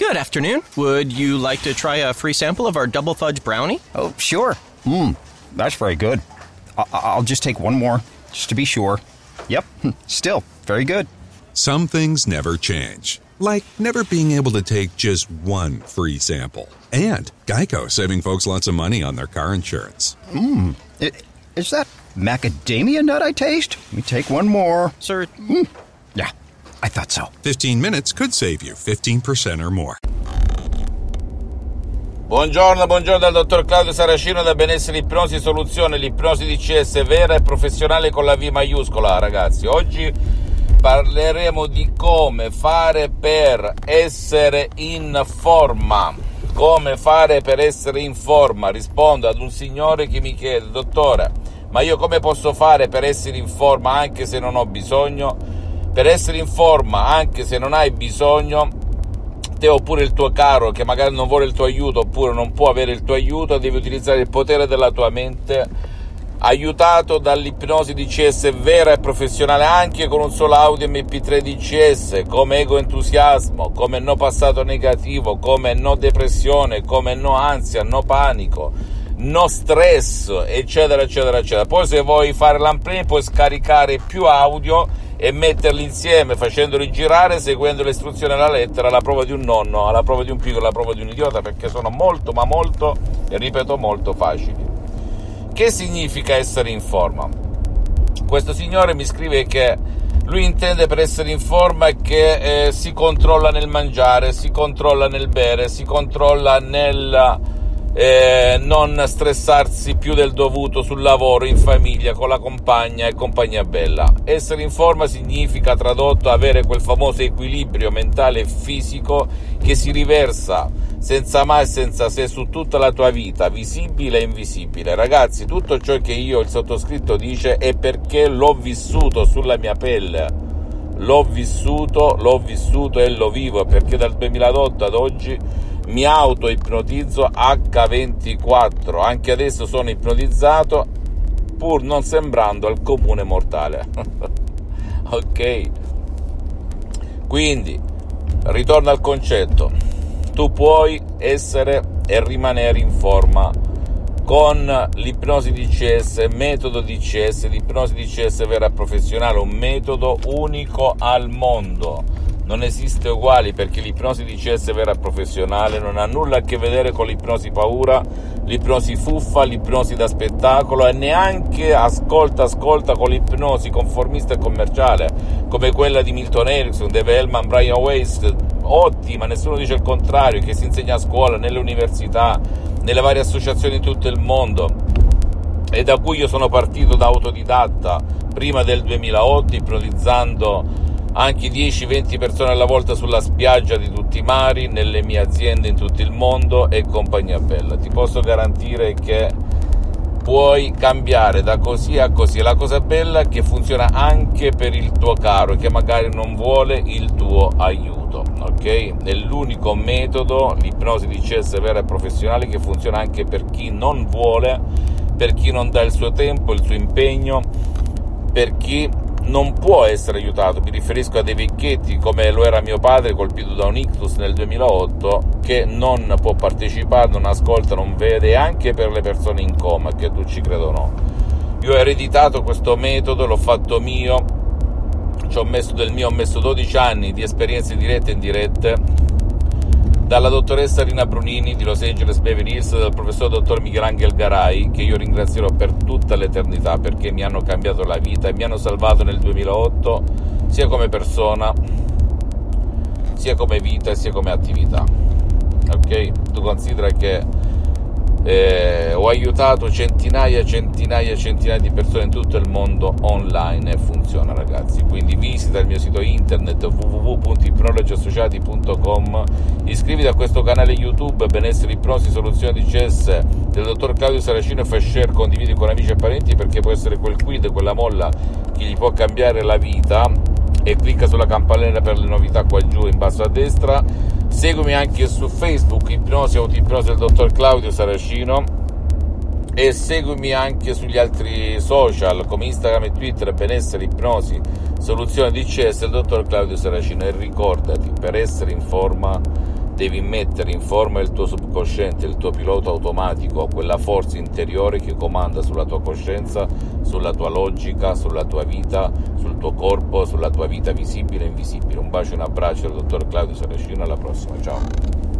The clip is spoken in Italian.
Good afternoon. Would you like to try a free sample of our double fudge brownie? Oh, sure. That's very good. I'll just take one more, just to be sure. Yep, still very good. Some things never change, like never being able to take just one free sample. And Geico saving folks lots of money on their car insurance. Is that macadamia nut I taste? Let me take one more. Sir, Yeah, I thought so. 15 minutes could save you 15% or more. Buongiorno dal dottor Claudio Saracino da Benessere Ipnosi Soluzione, l'ipnosi DCS vera e professionale con la V maiuscola, ragazzi. Oggi parleremo di come fare per essere in forma. Come fare per essere in forma? Rispondo ad un signore che mi chiede: dottore, ma io come posso fare per essere in forma anche se non ho bisogno? Per essere in forma anche se non hai bisogno, te oppure il tuo caro che magari non vuole il tuo aiuto oppure non può avere il tuo aiuto, devi utilizzare il potere della tua mente, aiutato dall'ipnosi DCS vera e professionale, anche con un solo audio MP3 DCS, come ego entusiasmo, come no passato negativo, come no depressione, come no ansia, no panico, no stress, eccetera eccetera eccetera. Poi se vuoi fare l'unplay puoi scaricare più audio e metterli insieme facendoli girare, seguendo le istruzioni alla lettera, alla prova di un nonno, alla prova di un piccolo, alla prova di un idiota, perché sono molto ma molto, e ripeto molto, facili. Che significa essere in forma? Questo signore mi scrive che lui intende per essere in forma che si controlla nel mangiare, si controlla nel bere, si controlla nel non stressarsi più del dovuto sul lavoro, in famiglia, con la compagna e compagnia bella. Essere in forma significa, tradotto, avere quel famoso equilibrio mentale e fisico che si riversa senza mai e senza se su tutta la tua vita, visibile e invisibile. Ragazzi, tutto ciò che io, il sottoscritto, dice è perché l'ho vissuto sulla mia pelle. L'ho vissuto e lo vivo, perché dal 2008 ad oggi mi auto-ipnotizzo H24, anche adesso sono ipnotizzato pur non sembrando al comune mortale. Ok? Quindi, ritorno al concetto, tu puoi essere e rimanere in forma con l'ipnosi DCS, metodo DCS, l'ipnosi DCS vera e professionale, un metodo unico al mondo. Non esiste uguali, perché l'ipnosi DCS vera e professionale non ha nulla a che vedere con l'ipnosi paura, l'ipnosi fuffa, l'ipnosi da spettacolo, e neanche ascolta con l'ipnosi conformista e commerciale, come quella di Milton Erickson, Dave Hellman, Brian Weiss, ottima, nessuno dice il contrario, che si insegna a scuola, nelle università, nelle varie associazioni in tutto il mondo, e da cui io sono partito da autodidatta prima del 2008, ipnotizzando anche 10-20 persone alla volta sulla spiaggia di tutti i mari, nelle mie aziende in tutto il mondo e compagnia bella. Ti posso garantire che puoi cambiare da così a così. La cosa bella è che funziona anche per il tuo caro che magari non vuole il tuo aiuto, ok? È l'unico metodo, l'ipnosi DCS vera e professionale, che funziona anche per chi non vuole, per chi non dà il suo tempo, il suo impegno, per chi non può essere aiutato. Mi riferisco a dei vecchietti come lo era mio padre, colpito da un ictus nel 2008, che non può partecipare, non ascolta, non vede, e anche per le persone in coma, che tu ci credo o no. Io ho ereditato questo metodo, l'ho fatto mio, ho messo 12 anni di esperienze dirette e indirette, dalla dottoressa Rina Brunini di Los Angeles Beverly Hills, dal professor dottor Michelangelo Garai, che io ringrazierò per tutta l'eternità, perché mi hanno cambiato la vita e mi hanno salvato nel 2008, sia come persona, sia come vita e sia come attività. Ok? Tu considera che ho aiutato centinaia di persone in tutto il mondo online, e funziona, ragazzi. Quindi visita il mio sito internet www.ipnologiassociati.com, iscriviti a questo canale YouTube Benessere Ipnosi Soluzione DCS del dottor Claudio Saracino, e fai share, condividi con amici e parenti, perché può essere quel quid, quella molla che gli può cambiare la vita. E clicca sulla campanella per le novità qua giù in basso a destra. Seguimi anche su Facebook, Ipnosi Autoipnosi del dottor Claudio Saracino, e seguimi anche sugli altri social come Instagram e Twitter, Benessere Ipnosi Soluzione DCS del dottor Claudio Saracino. E ricordati, per essere in forma devi mettere in forma il tuo subconsciente, il tuo pilota automatico, quella forza interiore che comanda sulla tua coscienza, sulla tua logica, sulla tua vita, sul tuo corpo, sulla tua vita visibile e invisibile. Un bacio e un abbraccio dal dottor Claudio Saracino, alla prossima, ciao.